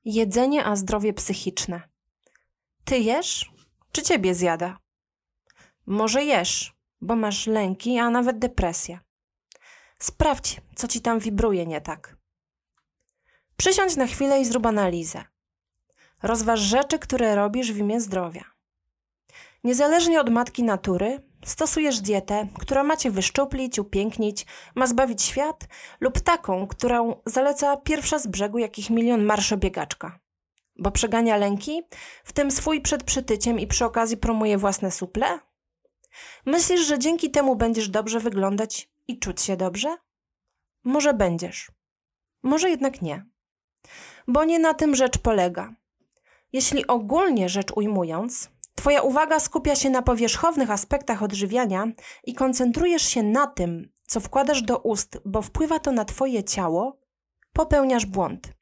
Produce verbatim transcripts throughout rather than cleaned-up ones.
Jedzenie a zdrowie psychiczne. Ty jesz, czy ciebie zjada? Może jesz, bo masz lęki, a nawet depresję. Sprawdź, co ci tam wibruje nie tak. Przysiądź na chwilę i zrób analizę. Rozważ rzeczy, które robisz w imię zdrowia. Niezależnie od matki natury, stosujesz dietę, która ma cię wyszczuplić, upięknić, ma zbawić świat, lub taką, którą zaleca pierwsza z brzegu jakich milion marszobiegaczka. Bo przegania lęki, w tym swój przed przytyciem i przy okazji promuje własne suple? Myślisz, że dzięki temu będziesz dobrze wyglądać i czuć się dobrze? Może będziesz. Może jednak nie. Bo nie na tym rzecz polega. Jeśli ogólnie rzecz ujmując, twoja uwaga skupia się na powierzchownych aspektach odżywiania i koncentrujesz się na tym, co wkładasz do ust, bo wpływa to na twoje ciało, popełniasz błąd.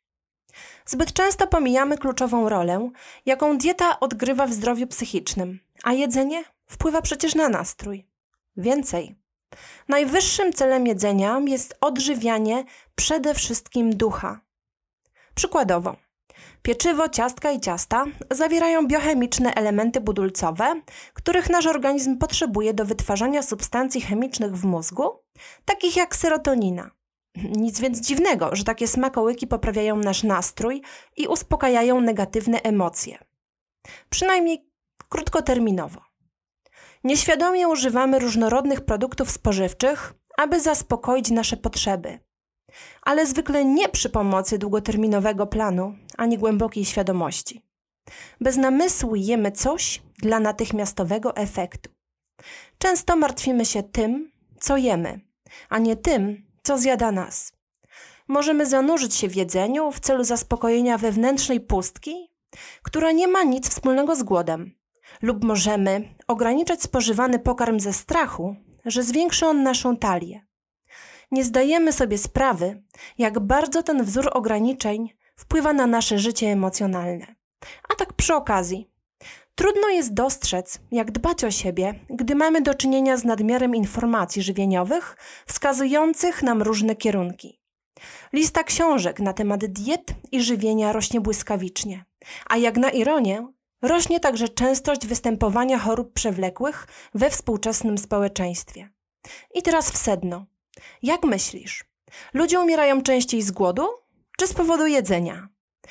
Zbyt często pomijamy kluczową rolę, jaką dieta odgrywa w zdrowiu psychicznym, a jedzenie wpływa przecież na nastrój. Więcej. Najwyższym celem jedzenia jest odżywianie przede wszystkim ducha. Przykładowo, pieczywo, ciastka i ciasta zawierają biochemiczne elementy budulcowe, których nasz organizm potrzebuje do wytwarzania substancji chemicznych w mózgu, takich jak serotonina. Nic więc dziwnego, że takie smakołyki poprawiają nasz nastrój i uspokajają negatywne emocje. Przynajmniej krótkoterminowo. Nieświadomie używamy różnorodnych produktów spożywczych, aby zaspokoić nasze potrzeby. Ale zwykle nie przy pomocy długoterminowego planu, ani głębokiej świadomości. Bez namysłu jemy coś dla natychmiastowego efektu. Często martwimy się tym, co jemy, a nie tym, co zjada nas. Możemy zanurzyć się w jedzeniu w celu zaspokojenia wewnętrznej pustki, która nie ma nic wspólnego z głodem. Lub możemy ograniczać spożywany pokarm ze strachu, że zwiększy on naszą talię. Nie zdajemy sobie sprawy, jak bardzo ten wzór ograniczeń wpływa na nasze życie emocjonalne. A tak przy okazji, trudno jest dostrzec, jak dbać o siebie, gdy mamy do czynienia z nadmiarem informacji żywieniowych wskazujących nam różne kierunki. Lista książek na temat diet i żywienia rośnie błyskawicznie, a jak na ironię, rośnie także częstość występowania chorób przewlekłych we współczesnym społeczeństwie. I teraz w sedno. Jak myślisz, ludzie umierają częściej z głodu czy z powodu jedzenia?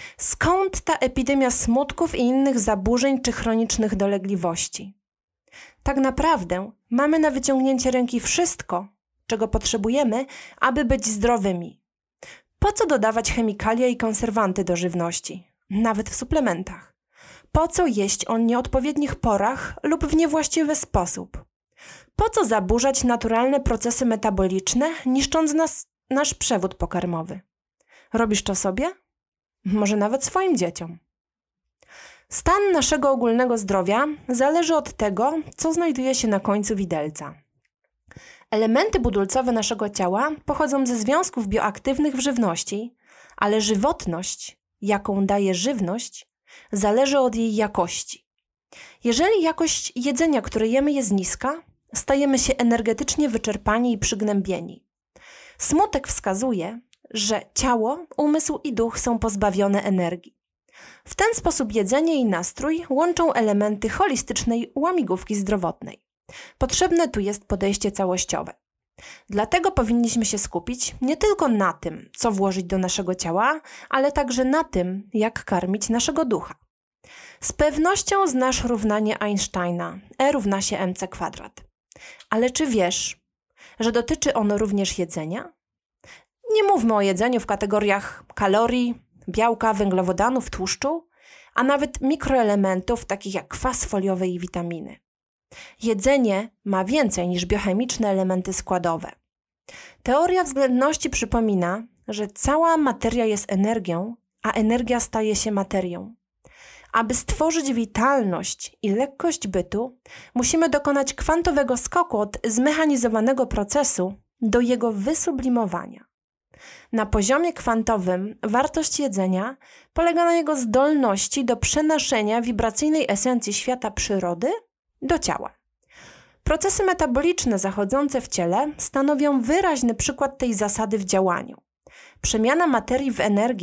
Skąd ta epidemia smutków i innych zaburzeń czy chronicznych dolegliwości? Tak naprawdę mamy na wyciągnięcie ręki wszystko, czego potrzebujemy, aby być zdrowymi. Po co dodawać chemikalia i konserwanty do żywności, nawet w suplementach? Po co jeść o nieodpowiednich porach lub w niewłaściwy sposób? Po co zaburzać naturalne procesy metaboliczne, niszcząc nas, nasz przewód pokarmowy? Robisz to sobie? Może nawet swoim dzieciom. Stan naszego ogólnego zdrowia zależy od tego, co znajduje się na końcu widelca. Elementy budulcowe naszego ciała pochodzą ze związków bioaktywnych w żywności, ale żywotność, jaką daje żywność, zależy od jej jakości. Jeżeli jakość jedzenia, które jemy, jest niska, stajemy się energetycznie wyczerpani i przygnębieni. Smutek wskazuje, że ciało, umysł i duch są pozbawione energii. W ten sposób jedzenie i nastrój łączą elementy holistycznej łamigłówki zdrowotnej. Potrzebne tu jest podejście całościowe. Dlatego powinniśmy się skupić nie tylko na tym, co włożyć do naszego ciała, ale także na tym, jak karmić naszego ducha. Z pewnością znasz równanie Einsteina, E równa się mc kwadrat. Ale czy wiesz, że dotyczy ono również jedzenia? Nie mówmy o jedzeniu w kategoriach kalorii, białka, węglowodanów, tłuszczu, a nawet mikroelementów takich jak kwas foliowy i witaminy. Jedzenie ma więcej niż biochemiczne elementy składowe. Teoria względności przypomina, że cała materia jest energią, a energia staje się materią. Aby stworzyć witalność i lekkość bytu, musimy dokonać kwantowego skoku od zmechanizowanego procesu do jego wysublimowania. Na poziomie kwantowym wartość jedzenia polega na jego zdolności do przenoszenia wibracyjnej esencji świata przyrody do ciała. Procesy metaboliczne zachodzące w ciele stanowią wyraźny przykład tej zasady w działaniu. Przemiana materii w energię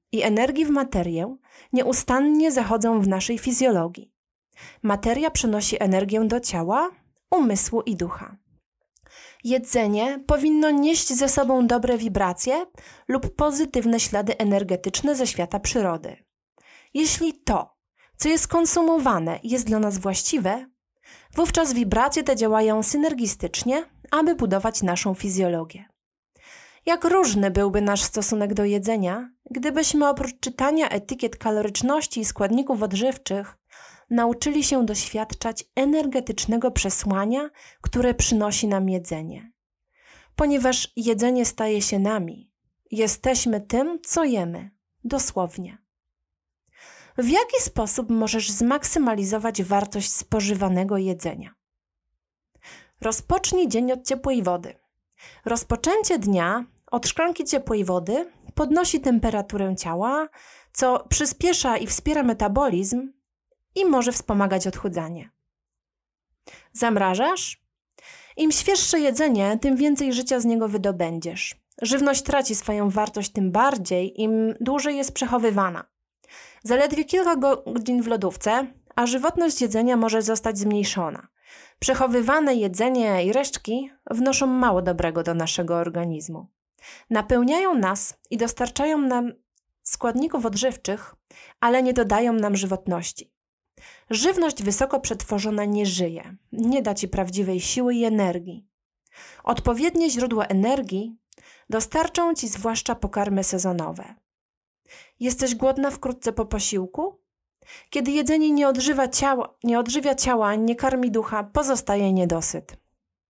i energii w materię nieustannie zachodzą w naszej fizjologii. Materia przenosi energię do ciała, umysłu i ducha. Jedzenie powinno nieść ze sobą dobre wibracje lub pozytywne ślady energetyczne ze świata przyrody. Jeśli to, co jest konsumowane, jest dla nas właściwe, wówczas wibracje te działają synergistycznie, aby budować naszą fizjologię. Jak różny byłby nasz stosunek do jedzenia, gdybyśmy oprócz czytania etykiet kaloryczności i składników odżywczych nauczyli się doświadczać energetycznego przesłania, które przynosi nam jedzenie. Ponieważ jedzenie staje się nami, jesteśmy tym, co jemy, dosłownie. W jaki sposób możesz zmaksymalizować wartość spożywanego jedzenia? Rozpocznij dzień od ciepłej wody. Rozpoczęcie dnia od szklanki ciepłej wody podnosi temperaturę ciała, co przyspiesza i wspiera metabolizm i może wspomagać odchudzanie. Zamrażasz? Im świeższe jedzenie, tym więcej życia z niego wydobędziesz. Żywność traci swoją wartość tym bardziej, im dłużej jest przechowywana. Zaledwie kilka godzin w lodówce, a żywotność jedzenia może zostać zmniejszona. Przechowywane jedzenie i resztki wnoszą mało dobrego do naszego organizmu. Napełniają nas i dostarczają nam składników odżywczych, ale nie dodają nam żywotności. Żywność wysoko przetworzona nie żyje, nie da Ci prawdziwej siły i energii. Odpowiednie źródła energii dostarczą Ci zwłaszcza pokarmy sezonowe. Jesteś głodna wkrótce po posiłku? Kiedy jedzenie nie odżywia ciała, nie odżywia ciała, nie karmi ducha, pozostaje niedosyt.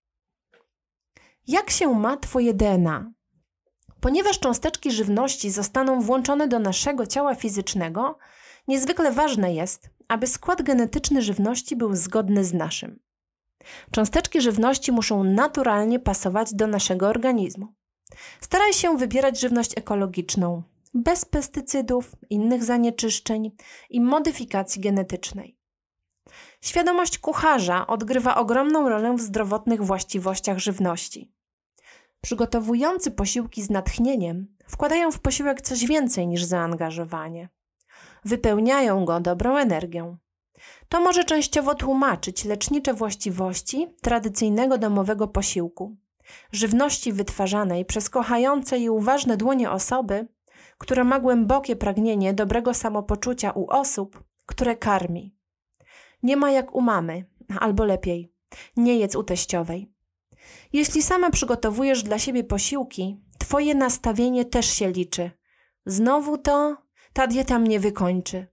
Jak się ma Twoje D N A? Ponieważ cząsteczki żywności zostaną włączone do naszego ciała fizycznego, niezwykle ważne jest, aby skład genetyczny żywności był zgodny z naszym. Cząsteczki żywności muszą naturalnie pasować do naszego organizmu. Staraj się wybierać żywność ekologiczną, bez pestycydów, innych zanieczyszczeń i modyfikacji genetycznej. Świadomość kucharza odgrywa ogromną rolę w zdrowotnych właściwościach żywności. Przygotowujący posiłki z natchnieniem wkładają w posiłek coś więcej niż zaangażowanie. Wypełniają go dobrą energią. To może częściowo tłumaczyć lecznicze właściwości tradycyjnego domowego posiłku, żywności wytwarzanej przez kochające i uważne dłonie osoby, która ma głębokie pragnienie dobrego samopoczucia u osób, które karmi. Nie ma jak u mamy, albo lepiej, nie jedz u teściowej. Jeśli sama przygotowujesz dla siebie posiłki, Twoje nastawienie też się liczy. Znowu to, ta dieta mnie wykończy.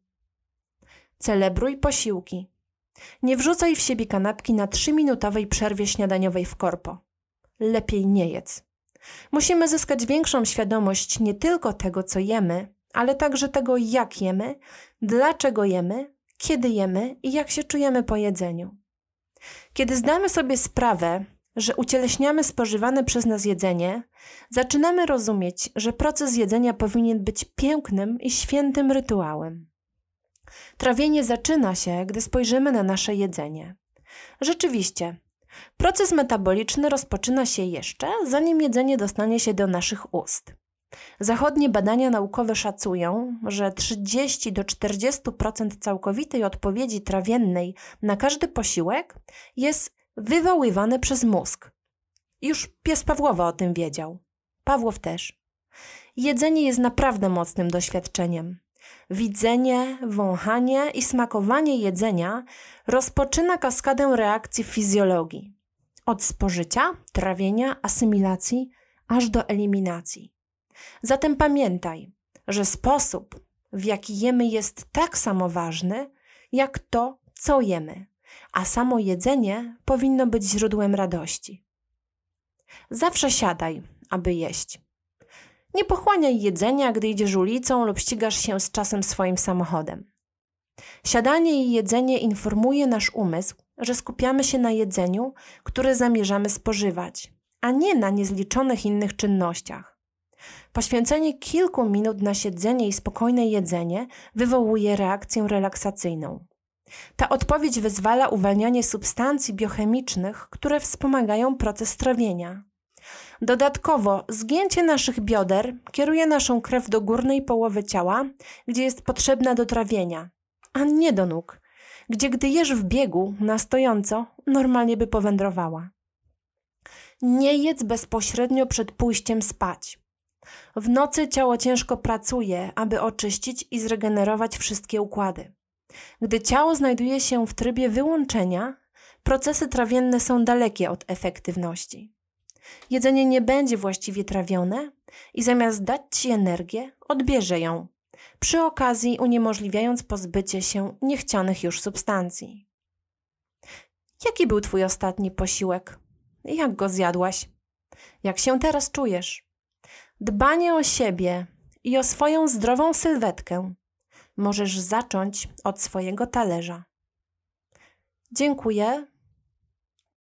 Celebruj posiłki. Nie wrzucaj w siebie kanapki na trzyminutowej przerwie śniadaniowej w korpo. Lepiej nie jedz. Musimy zyskać większą świadomość nie tylko tego, co jemy, ale także tego, jak jemy, dlaczego jemy, kiedy jemy i jak się czujemy po jedzeniu. Kiedy zdamy sobie sprawę, że ucieleśniamy spożywane przez nas jedzenie, zaczynamy rozumieć, że proces jedzenia powinien być pięknym i świętym rytuałem. Trawienie zaczyna się, gdy spojrzymy na nasze jedzenie. Rzeczywiście, proces metaboliczny rozpoczyna się jeszcze, zanim jedzenie dostanie się do naszych ust. Zachodnie badania naukowe szacują, że trzydzieści do czterdziestu procent całkowitej odpowiedzi trawiennej na każdy posiłek jest wywoływane przez mózg. Już pies Pawłowa o tym wiedział. Pawłow też. Jedzenie jest naprawdę mocnym doświadczeniem. Widzenie, wąchanie i smakowanie jedzenia rozpoczyna kaskadę reakcji w fizjologii. Od spożycia, trawienia, asymilacji, aż do eliminacji. Zatem pamiętaj, że sposób, w jaki jemy, jest tak samo ważny, jak to, co jemy, a samo jedzenie powinno być źródłem radości. Zawsze siadaj, aby jeść. Nie pochłaniaj jedzenia, gdy idziesz ulicą lub ścigasz się z czasem swoim samochodem. Siadanie i jedzenie informuje nasz umysł, że skupiamy się na jedzeniu, które zamierzamy spożywać, a nie na niezliczonych innych czynnościach. Poświęcenie kilku minut na siedzenie i spokojne jedzenie wywołuje reakcję relaksacyjną. Ta odpowiedź wyzwala uwalnianie substancji biochemicznych, które wspomagają proces trawienia. Dodatkowo zgięcie naszych bioder kieruje naszą krew do górnej połowy ciała, gdzie jest potrzebna do trawienia, a nie do nóg, gdzie gdy jesz w biegu na stojąco, normalnie by powędrowała. Nie jedz bezpośrednio przed pójściem spać. W nocy ciało ciężko pracuje, aby oczyścić i zregenerować wszystkie układy. Gdy ciało znajduje się w trybie wyłączenia, procesy trawienne są dalekie od efektywności. Jedzenie nie będzie właściwie trawione i zamiast dać Ci energię, odbierze ją, przy okazji uniemożliwiając pozbycie się niechcianych już substancji. Jaki był Twój ostatni posiłek? Jak go zjadłaś? Jak się teraz czujesz? Dbanie o siebie i o swoją zdrową sylwetkę możesz zacząć od swojego talerza. Dziękuję